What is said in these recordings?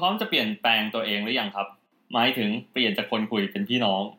ร้อมจะเปลี่ยนแปลงตัวเองหรือยังครับหมายถึงเปลี่ยนจากคนคุยเป็นพี่น้อง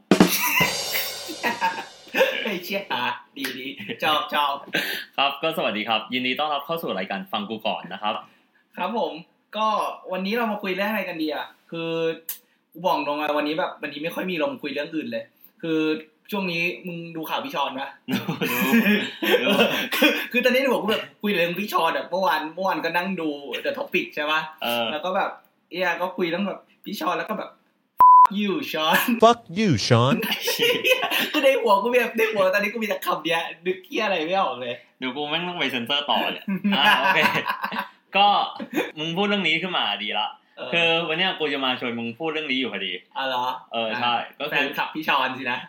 ไอ้เชี่ยดีชอบครับก็สวัสดีครับยินดีต้อนรับเข้าสู่รายการฟังกูก่อนนะครับครับผมก็วันนี้เรามาคุยเรื่องอะไรกันดีอ่ะคือกูบอกตรงอ่ะวันนี้ไม่ค่อยมีลมคุยเรื่องอื่นเลยคือช่วงนี้มึงดูข่าวพี่ชอนป่ะดูคือตอนนี้หนูบอกแบบคุยเรื่องพี่ชอนแบบเมื่อวานก็นั่งดู The Topic ใช่ป่ะแล้วก็แบบก็คุยเรื่องแบบพี่ชอนแล้วก็แบบyou fuck you Sean ก็ในหัวกูแบบในหัวตอนนี้กูมีแต่คำเดียวนึกเหี้ยอะไรไม่ออกเลยเดี๋ยวกูแม่งต้องไปเซ็นเซอร์ต่อเนี่ยโอเคก็มึงพูดเรื่องนี้ขึ้นมาดีละคือวันนี้กูจะมาชวนมึงพูดเรื่องนี้อยู่พอดีเหรอใช่ก็คือแฟนคลับพี่ชอนสินะ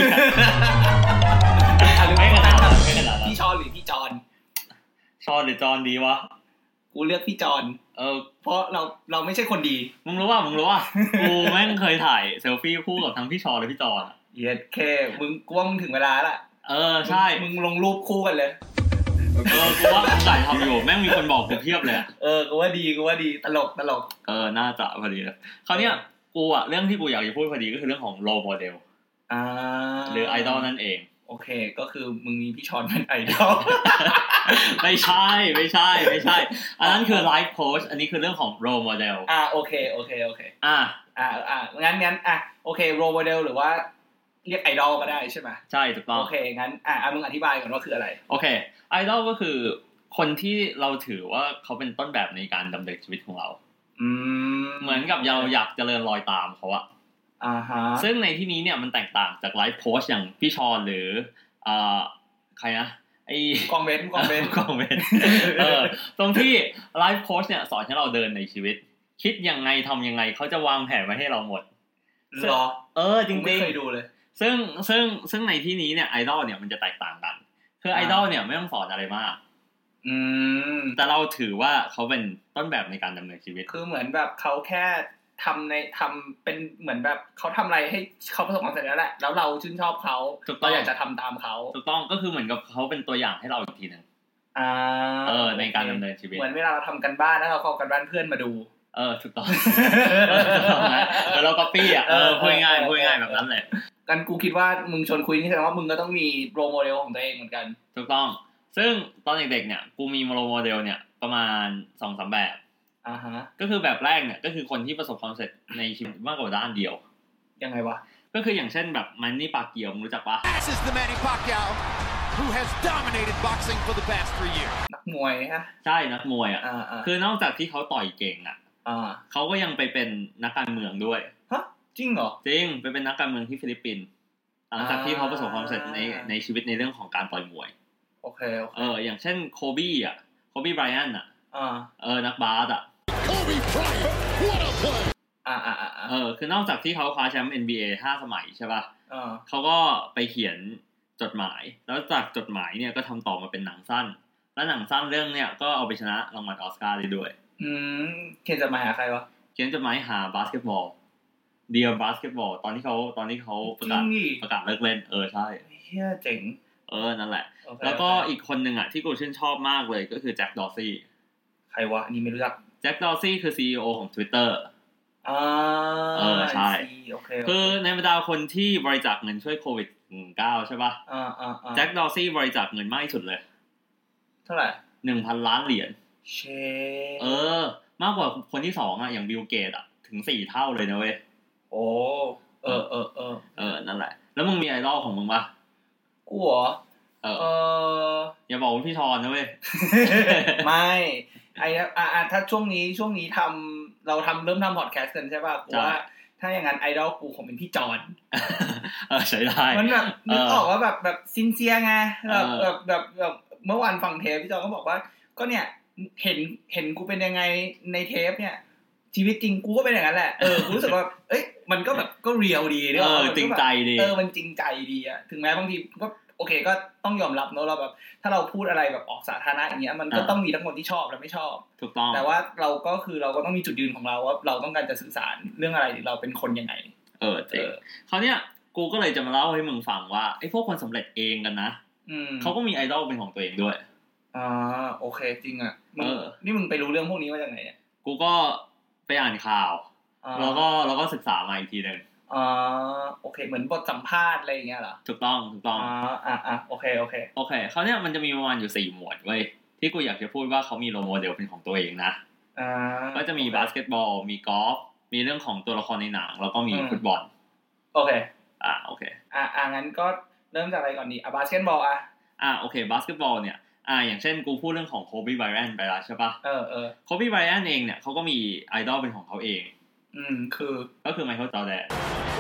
ไม่ขนาดนั้นพี่ชอนหรือพี่จอนชอนหรือจอนดีวะกูเลือกพี่จอนเพราะเราไม่ใช่คนดีมึงรู้ว่ากูแม่งเคยถ่ายเซลฟี่คู่กับทั้งพี่ชอนและพี่จอนเย็ดแค่มึงกูว่ามึงถึงเวลาละใช่มึงลงรูปคู่กันเลยกูว่าจ่ายทำอยู่แม่งมีคนบอกกูเพียบเลยกูว่าดีตลกน่าจะพอดีแล้วคราวเนี้ยกูอะเรื่องที่กูอยากจะพูดพอดีก็คือเรื่องของโรลโมเดลหรือไอดอลนั่นเองโอเคก็คือมึงมีพี่ชอนเป็นไอดอลไม่ใช่อันนั้นคือไลฟ์โค้ชอันนี้คือเรื่องของโรลโมเดลโอเคงั้นโอเคโรลโมเดลหรือว่าเรียกไอดอลก็ได้ใช่ไหมใช่ถูกต้องโอเคงั้นมึงอธิบายก่อนว่าคืออะไรโอเคไอดอลก็คือคนที่เราถือว่าเขาเป็นต้นแบบในการดำเนินชีวิตของเราเหมือนกับเราอยากเจริญรอยตามเขาอะซึ่งในที่นี้เนี่ยมันแตกต่างจากไลฟ์โค้ชอย่างพี่ชอนหรือใครนะไอ้กองเว้นตรงที่ไลฟ์โค้ชเนี่ยสอนให้เราเดินในชีวิตคิดยังไงทำยังไงเขาจะวางแผนไว้ให้เราหมดหรอจริงๆไม่เคยดูเลยซึ่งในที่นี้เนี่ยไอดอลเนี่ยมันจะแตกต่างกันคือไอดอลเนี่ยไม่ต้องสอนอะไรมากแต่เราถือว่าเขาเป็นต้นแบบในการดำเนินชีวิตคือเหมือนแบบเขาแค่ทำเป็นเหมือนแบบเขาทำอะไรให้เขาประสบความสำเร็จแล้วแหละแล้วเราชื่นชอบเขาเราอยากจะทำตามเขาถูกต้องก็คือเหมือนกับเขาเป็นตัวอย่างให้เราอีกทีนึงในการดำเนินชีวิตเหมือนเวลาเราทำกันบ้านแล้วเราเอากันบ้านเพื่อนมาดูถูกต้องแล้วเราก็ปี้พูดง่ายแบบนั้นเลยกันกูคิดว่ามึงชวนคุยนี่แสดงว่ามึงก็ต้องมีโรลโมเดลของตัวเองเหมือนกันถูกต้องซึ่งตอนเด็กๆเนี่ยกูมีโรลโมเดลเนี่ยประมาณ 2-3 แบบก็คือแบบแรกเนี่ยก็คือคนที่ประสบความสำเร็จในชีวิตมากกว่าด้านเดียวยังไงวะก็คืออย่างเช่นแบบมันนี่ปากเกียวมึงรู้จักปะ This is the Manny Pacquiao who has dominated boxing for the past 3 years นักมวยฮะใช่นักมวยคือนอกจากที่เขาต่อยเก่งเขาก็ยังไปเป็นนักการเมืองด้วยฮะจริงเหรอจริงไปเป็นนักการเมืองที่ฟิลิปปินส์หลังจากที่เขาประสบความสำเร็จในชีวิตในเรื่องของการต่อยมวยโอเคอย่างเช่นโคบี้ไบรอันนักบาสKobe Bryant what a play คือนอกจากที่เขาคว้าแชมป์ NBA 5 สมัยใช่ป่ะเขาก็ไปเขียนจดหมายแล้วจากจดหมายเนี่ยก็ทำต่อมาเป็นหนังสั้นและหนังสั้นเรื่องเนี่ยก็เอาไปชนะรางวัลออสการ์ได้ด้วยเขียนจดหมายหาใครวะเขียนจดหมายหาบาสเกตบอลDear Basketball ตอนที่เขาประกาศเลิกเล่นใช่เหี้ยเจ๋งนั่นแหละแล้วก็อีกคนนึงอ่ะที่กูชื่นชอบมากเลยก็คือแจ็คดอร์ซี่ใครวะนี่ไม่รู้จักแจ็คดอร์ซี่คือ CEO ของ Twitter ใช่คือในบรรดาคนที่บริจาคเงินช่วยโควิด-19 ใช่ป่ะแจ็คดอร์ซี่บริจาคเงินมากที่สุดเลยเท่าไหร่ 1,000 ล้านเหรียญเชมากกว่าคนที่2อ่ะอย่างบิลเกตอ่ะถึง4เท่าเลยนะเว้ยโอ้นั่นแหละแล้วมึงมีไอดอลของมึงป่ะกูเหรออย่าบอกว่าพี่ชอนนะเว้ยไม่ถ้าช่วงนี้เราเริ่มทำพอดแคสต์กันใช่ป่ะกูว่าถ้าอย่างนั้นไอดอลกูคงเป็นพี่จอนใช่ได้มันแบบนึกออกว่าแบบซินเซียไงแบบเมื่อวานฟังเทปพี่จอนก็บอกว่าก็เนี่ยเห็นกูเป็นยังไงในเทปเนี่ยชีวิตจริงกูก็เป็นอย่างนั้นแหละกูรู้สึกว่ามันก็แบบก็เรียลดีเนี่ยจริงใจดีมันจริงใจดีอ่ะถึงแม้บางทีก็โอเคก็ต้องยอมรับเนอะเราแบบถ้าเราพูดอะไรแบบออกสาธารณะอย่างเงี้ยมันก็ต้องมีทั้งคนที่ชอบและไม่ชอบถูกต้องแต่ว่าเราก็ต้องมีจุดยืนของเราว่าเราต้องการจะสื่อสารเรื่องอะไรเราเป็นคนยังไงจริงคราวเนี้ยกูก็เลยจะมาเล่าให้มึงฟังว่าไอ้พวกคนสำเร็จเองกันนะเขาก็มีไอดอลเป็นของตัวเองด้วยโอเคจริงอ่ะนี่มึงไปรู้เรื่องพวกนี้มาจากไหนเนี่ยกูก็ไปไปอ่านข่าวแล้วก็ศึกษามาอีกทีนึงโอเคเหมือนบทสัมภาษณ์อะไรอย่างเงี้ยเหรอถูกต้องโอเคคราวเนี้ยมันจะมีประมาณอยู่4หมวดเว้ยที่กูอยากจะพูดว่าเขามีโรลโมเดลเป็นของตัวเองนะก็จะมีบาสเกตบอลมีกอล์ฟมีเรื่องของตัวละครในหนังแล้วก็มีฟุตบอลโอเคโอเคงั้นก็เริ่มจากอะไรก่อนดีบาสเกตบอลโอเคบาสเกตบอลเนี่ยอย่างเช่นกูพูดเรื่องของโคบีไบรอันไปแล้วใช่ป่ะโคบีไบรอันเองเนี่ยเขาก็มีไอดอลเป็นของเขาเองก็คือไมเคิลจอร์แดน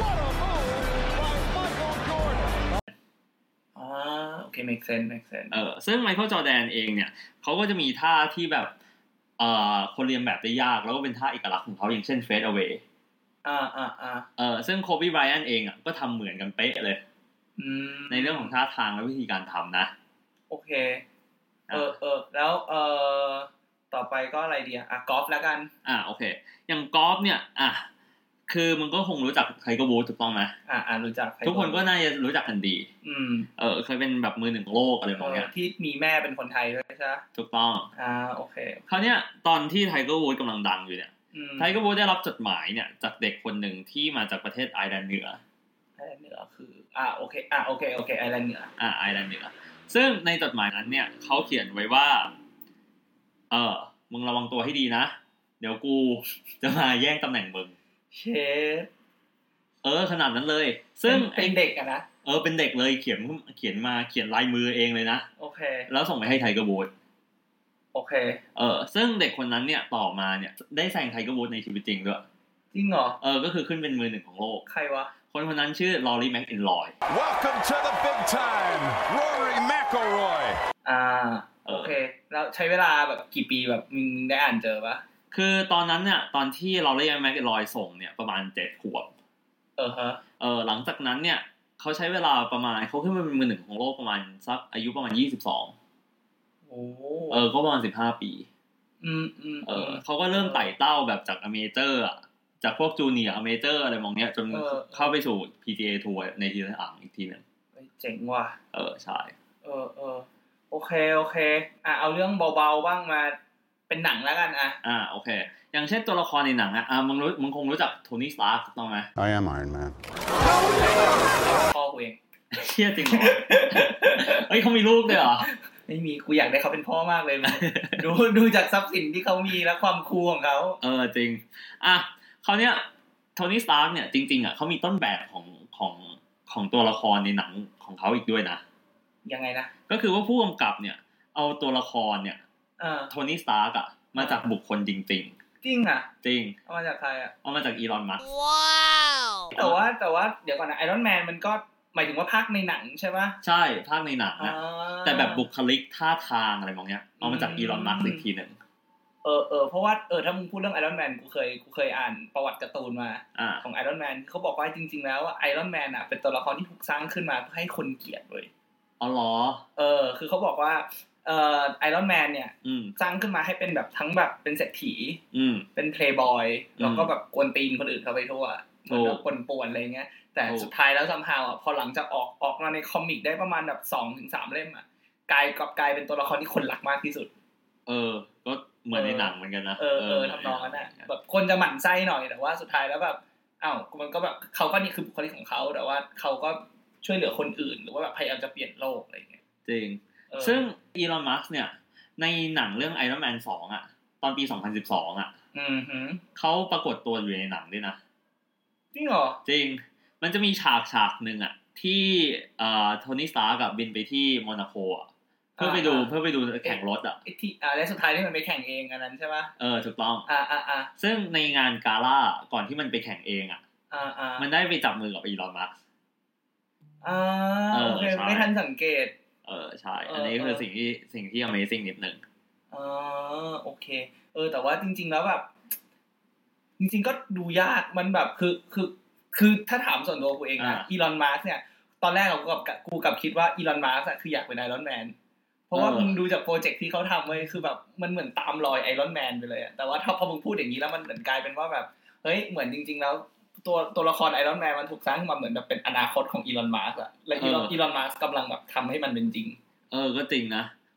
โอเค make sense ซึ่งไมเคิลจอร์แดนเองเนี่ยเขาก็จะมีท่าที่แบบคนเรียนแบบได้ยากแล้วก็เป็นท่าเอกลักษณ์ของเขาอย่างเช่น fade away ซึ่งโคบีไบรอันเองก็ทำเหมือนกันเป๊ะเลยในเรื่องของท่าทางและวิธีการทำนะโอเคแล้วต่อไปก็อะไรดีกอล์ฟแล้วกันโอเคอย่างกอล์ฟเนี่ยคือมึงก็คงรู้จักไทเกอร์วูดถูกต้องไหมรู้จักทุกคนก็น่าจะรู้จักกันดีเคยเป็นแบบมือหนึ่งของโลกอะไรแบบนี้ที่มีแม่เป็นคนไทยด้วยใช่ไหมถูกต้องโอเคคราวเนี้ยตอนที่ไทเกอร์วูดกำลังดังอยู่เนี่ยไทเกอร์วูดได้รับจดหมายเนี่ยจากเด็กคนหนึ่งที่มาจากประเทศไอร์แลนด์เหนือคือโอเคไอร์แลนด์เหนือไอร์แลนด์เหนือซึ่งในจดหมายนั้นเนี่ยเขาเขียนไว้ว่ามึงระวังตัวให้ดีนะเดี๋ยวกูจะมาแย่งตำแหน่งมึงเชฟขนาดนั้นเลยซึ่งเป็นเด็กอะนะเป็นเด็กเลยเขียนลายมือเองเลยนะโอเคแล้วส่งไปให้ไทเกอร์วูดโอเคซึ่งเด็กคนนั้นเนี่ยต่อมาเนี่ยได้แซงไทเกอร์วูดในชีวิตจริงด้วยจริงเหรอก็คือขึ้นเป็นมือหนึ่งของโลกใครวะคนนั้นชื่อลอรีแม็กอินลอย Welcome to the big time Rory McIlroy โอเคแล้วใช้เวลาแบบกี่ปีแบบมึงได้อ่านเจอปะคือตอนนั้นเนี่ยตอนที่ลอรีแม็กอินลอยส่งเนี่ยประมาณ7 ขวบหลังจากนั้นเนี่ยเขาใช้เวลาประมาณเขาขึ้นมาเป็นมือหนึ่งของโลกประมาณสักอายุประมาณ22ก็ประมาณ15 ปีเขาก็เริ่มไต่เต้าแบบจากอเมเจอร์จากพวกจูเนียร์อเมเจอร์อะไรมองเนี้ยจนเข้าไปสู่ PGA ทัวร์ในทีละอ่างอีกทีนึงเจ๋งว่ะใช่โอเคเอาเรื่องเบาๆบ้างมาเป็นหนังแล้วกันโอเคอย่างเช่นตัวละครในหนังมึงคงรู้จักโทนี่สตาร์คต้องไหม I am Iron Man พ่อกูเองเชี่ยจริงเหรอเฮ้ยเขามีลูกด้วยเหรอไม่มีกูอยากได้เขาเป็นพ่อมากเลยดูจากทรัพย์สินที่เขามีและความคูลของเขาจริงเขาเนี้ยโทนี่สตาร์คเนี่ยจริงๆเขามีต้นแบบของตัวละครในหนังของเขาอีกด้วยนะยังไงนะก็คือว่าผู้กำกับเนี่ยเอาตัวละครเนี่ยโทนี่สตาร์คมาจากบุคคลจริงจริงจริงเอามาจากใครเอามาจากอีลอนมัสก์ว้าวแต่ว่าเดี๋ยวก่อนนะไอรอนแมนมันก็หมายถึงว่าภาคในหนังใช่ป่ะใช่ภาคในหนังนะแต่แบบบุคลิกท่าทางอะไรมองเนี้ยเอามาจากอีลอนมัสก์อีกทีนึงเพราะว่าถ้ามึงพูดเรื่องไอรอนแมนกูเคยอ่านประวัติการ์ตูนมาของไอรอนแมนเขาบอกว่าจริงๆแล้วไอรอนแมนเป็นตัวละครที่ถูกสร้างขึ้นมาเพื่อให้คนเกลียดเลยเหรอคือเขาบอกว่าไอรอนแมนเนี่ยสร้างขึ้นมาให้เป็นแบบทั้งแบบเป็นเศรษฐีเป็นเพลย์บอยแล้วก็แบบกวนตีนคนอื่นเข้าไปทั่วเหมือนแบบป่วนๆอะไรเงี้ยแต่สุดท้ายแล้วซัมฮาวพอหลังจากออกมาในคอมิกได้ประมาณแบบ 2-3 เล่มกลายเป็นตัวละครที่คนรักมากที่สุดก็เหมือนในหนังเหมือนกันนะทำนองนั้นแบบคนจะหมั่นไส้หน่อยแต่ว่าสุดท้ายแล้วแบบมันก็แบบเขาก็นี่คือบุคลิกของเขาแต่ว่าเขาก็ช่วยเหลือคนอื่นหรือว่าแบบพยายามจะเปลี่ยนโลกอะไรอย่างเงี้ยจริงซึ่งอีลอนมัสก์เนี่ยในหนังเรื่อง Iron Man 2ตอนปี2012เขาปรากฏตัวอยู่ในหนังด้วยนะจริงเหรอจริงมันจะมีฉากนึงที่โทนี่สตาร์กบินไปที่โมนาโกเพื่อไปดูแข่งรถที่และสุดท้ายที่มันไปแข่งเองอันนั้นใช่ป่ะถูกต้องซึ่งในงานกาล่าก่อนที่มันไปแข่งเองมันได้ไปจับมือกับอีลอนมัสก์โอเคไม่ทันสังเกตใช่อันนี้คือสิ่งที่ Amazing นิดนึงโอเคแต่ว่าจริงๆแล้วแบบจริงๆก็ดูยากมันแบบคือถ้าถามส่วนตัวกูเองนะอีลอนมัสก์เนี่ยตอนแรกกูกับคิดว่าอีลอนมัสก์คืออยากเป็นไอรอนแมนเพราะว่ามึงดูจากโปรเจกต์ที่เขาทำไว้คือแบบมันเหมือนตามรอยไอรอนแมนไปเลยแต่ว่าถ้าพอมึงพูดอย่างนี้แล้วมันเหมือนกลายเป็นว่าแบบเฮ้ยเหมือนจริงๆแล้วตัวละครไอรอนแมนมันถูกสร้างมาเหมือนแบบเป็นอนาคตของอีลอนมัสก์และอีลอนมัสก์กำลังแบบทำให้มันเป็นจริงก็จริงนะ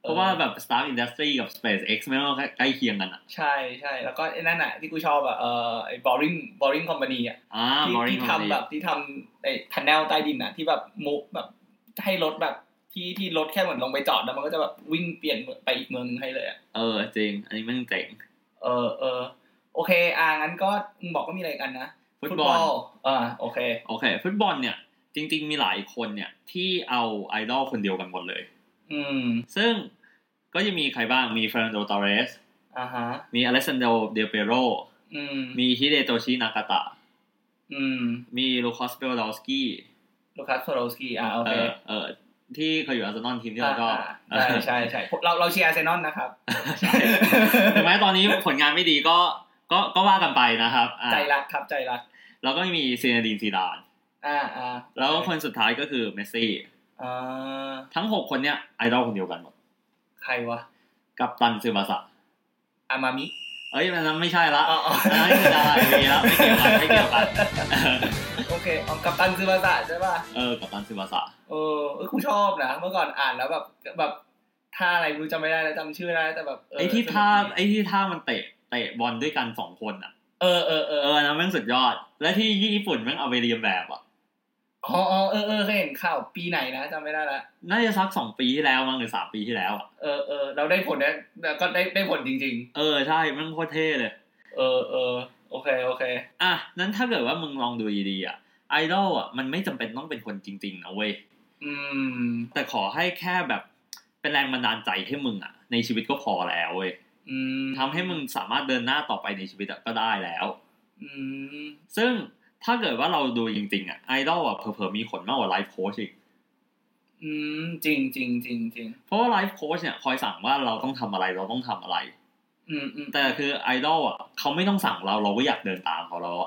เพราะว่าแบบ Stark Industry กับ SpaceX ไม่ต้องใกล้เคียงกันอ่ะใช่ๆแล้วก็ไอ้นั่นน่ะที่กูชอบอ่ะไอ้ Boring Company อ่ะที่ทำแบบที่ทำไอ้ทันเนลใต้ดินน่ะที่แบบมุกแบบให้รถแบบที่รถแค่เหมือนลงไปจอดแล้วมันก็จะแบบวิ่งเปลี่ยนไปอีกเมืองนึงให้เลยอ่ะจริงอันนี้มันเจ๋งโอเคงั้นก็มึงบอกก็มีอะไรกันนะฟุตบอลโอเคฟุตบอลเนี่ยจริงๆมีหลายคนเนี่ยที่เอาไอดอลคนเดียวกันหมดเลยซึ่งก็จะมีใครบ้างมีเฟอร์นันโด ตอร์เรสมีอเล็กซานโด เดลเปโรมีฮิเดโตชิ นากาตะมีลูคัส เบลดอสกี้โอเคที่เคยอยู่อาร์เซนอลทีมที่เราชอบใช่เราเชียร์อาร์เซนอลนะครับถึงแม้ตอนนี้ผลงานไม่ดีก็ว่ากันไปนะครับใจรักครับใจรักแล้วก็มีซีเนดีน ซีดานแล้วคนสุดท้ายก็คือเมสซี่ทั้ง6คนเนี้ยไอดอลคนเดียวกันหมดใครวะกัปตันซึบาสะอามามิมันไม่ใช่ละอันนั้นคือดาราดีแล้วไม่เกี่ยวกันโอเคกัปตันซึบาสะใช่ป่ะกัปตันซึบาสะกูชอบนะเมื่อก่อนอ่านแล้วแบบท่าอะไรกูจำไม่ได้แล้วจำชื่อได้แต่แบบไอ้ที่ท่ามันเตะบอลด้วยกัน2คนอ่ะนะแม่งสุดยอดและที่ญี่ปุ่นแม่งเอาไปเรียนแบบอ่ะเคยเห็นข่าวปีไหนนะจำไม่ได้ละน่าจะสัก2ปีที่แล้วมั้งหรือ3ปีที่แล้วอ่ะเราได้ผลแล้วก็ได้ผลจริงๆใช่แม่งโคตรเท่เลยโอเคนั้นถ้าเกิดว่ามึงลองดูดีๆอ่ะไอดอลอ่ะมันไม่จำเป็นต้องเป็นคนจริงๆนะเว้ยแต่ขอให้แค่แบบเป็นแรงบันดาลใจให้มึงอ่ะในชีวิตก็พอแล้วเว้ยทำให้มึงสามารถเดินหน้าต่อไปในชีวิตก็ได้แล้วซึ่งถ้าเกิดว่าเราดูจริงๆอ่ะไอดอลอ่ะเผลอๆมีผลมากกว่าไลฟ์โค้ชอีกจริงเพราะว่าไลฟ์โค้ชเนี่ยคอยสั่งว่าเราต้องทำอะไรเราต้องทำอะไรแต่คือไอดอลอ่ะเขาไม่ต้องสั่งเราก็อยากเดินตามเขาแล้วอ่ะ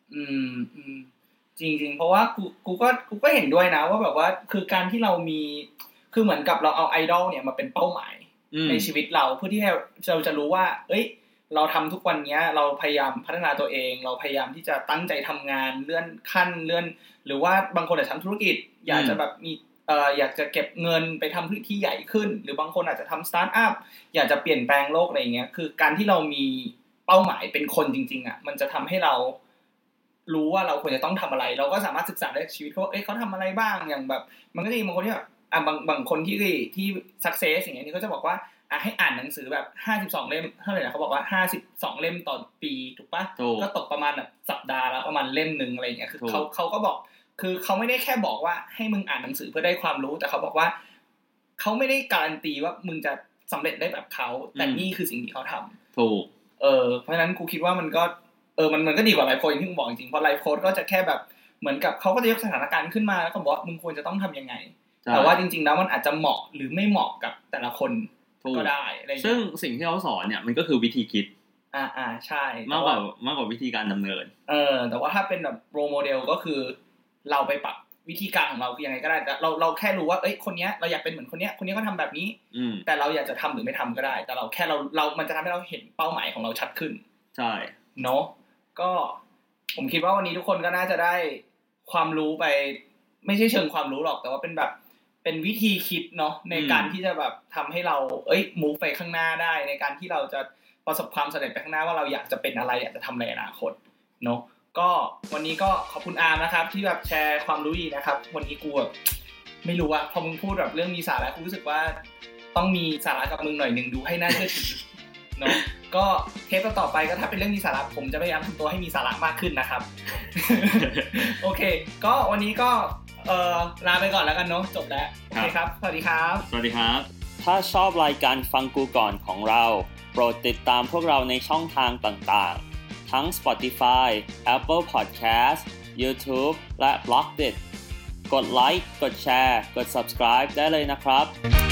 จริงๆเพราะว่ากูก็เห็นด้วยนะว่าแบบว่าคือการที่เรามีคือเหมือนกับเราเอาไอดอลเนี่ยมาเป็นเป้าหมายในชีวิตเราเพื่อที่เราจะรู้ว่าเราทำทุกวันนี้เราพยายามพัฒนาตัวเองเราพยายามที่จะตั้งใจทำงานเลื่อนขั้นหรือว่าบางคนอาจจะทำธุรกิจอยากจะแบบมีอยากจะเก็บเงินไปทำธุรกิจที่ใหญ่ขึ้นหรือบางคนอาจจะทำสตาร์ทอัพอยากจะเปลี่ยนแปลงโลกอะไรอย่างเงี้ยคือการที่เรามีเป้าหมายเป็นคนจริงๆอ่ะมันจะทำให้เรารู้ว่าเราควรจะต้องทำอะไรเราก็สามารถศึกษาได้ชีวิตเขาทำอะไรบ้างอย่างแบบมันก็จะมีบางคนที่แบบบางคนที่ success อย่างเงี้ยนี่เขาจะบอกว่าให้อ่านหนังสือแบบ52เล่มเท่าไหร่นะเขาบอกว่า52เล่มต่อปีถูกป่ะก็ตกประมาณแบบสัปดาห์ละประมาณเล่มนึงอะไรอย่างเงี้ยคือเขาก็บอกคือเขาไม่ได้แค่บอกว่าให้มึงอ่านหนังสือเพื่อได้ความรู้แต่เขาบอกว่าเขาไม่ได้การันตีว่ามึงจะสำเร็จได้แบบเขาแต่นี่คือสิ่งที่เขาทำถูกเพราะฉะนั้นกูคิดว่ามันก็มันก็ดีกว่าไลฟ์โค้ชที่มึงบอกจริงๆเพราะไลฟ์โค้ชก็จะแค่แบบเหมือนกับเขาก็จะยกสถานการณ์ขึ้นมาแล้วก็บอกว่ามึงควรจะต้องทำยังไงแต่ว่าจริงๆแล้วมันอาจจะเหมาะหรือไม่เหมาะกับแต่ละคนก็ได้อะไรซึ่งสิ่งที่เขาสอนเนี่ยมันก็คือวิธีคิดใช่มากกว่าวิธีการดำเนินแต่ว่าถ้าเป็นแบบโรโมเดลก็คือเราไปปรับวิธีการของเราคือยังไงก็ได้แต่เราแค่รู้ว่าคนนี้เราอยากเป็นเหมือนคนนี้เขาทำแบบนี้แต่เราอยากจะทำหรือไม่ทำก็ได้แต่เราแค่เรามันจะทำให้เราเห็นเป้าหมายของเราชัดขึ้นใช่เนาะก็ผมคิดว่าวันนี้ทุกคนก็น่าจะได้ความรู้ไปไม่ใช่เชิงความรู้หรอกแต่ว่าเป็นแบบเป็นวิธีคิดเนาะในการที่จะแบบทำให้เราmove ไปข้างหน้าได้ในการที่เราจะประสบความสำเร็จไปข้างหน้าว่าเราอยากจะเป็นอะไรอยากจะทำในอนาคตเนาะก็วันนี้ก็ขอบคุณอาร์มนะครับที่แบบแชร์ความรู้ดีนะครับวันนี้กูแบบไม่รู้ว่าพอมึงพูดแบบเรื่องมีสาระกูรู้สึกว่าต้องมีสาระกับมึงหน่อยนึงดูให้น่าเชื่อถือเนาะก็เทปต่อไปก็ถ้าเป็นเรื่องมีสาระผมจะพยายามทำตัวให้มีสาระมากขึ้นนะครับ โอเคก็วันนี้ก็ลาไปก่อนแล้วกันเนาะจบแล้วโอเคครับสวัสดีครับสวัสดีครับถ้าชอบรายการฟังกูก่อนของเราโปรดติดตามพวกเราในช่องทางต่างๆทั้ง Spotify, Apple Podcast, YouTube และ Blogdit กดไลค์กดแชร์กด Subscribe ได้เลยนะครับ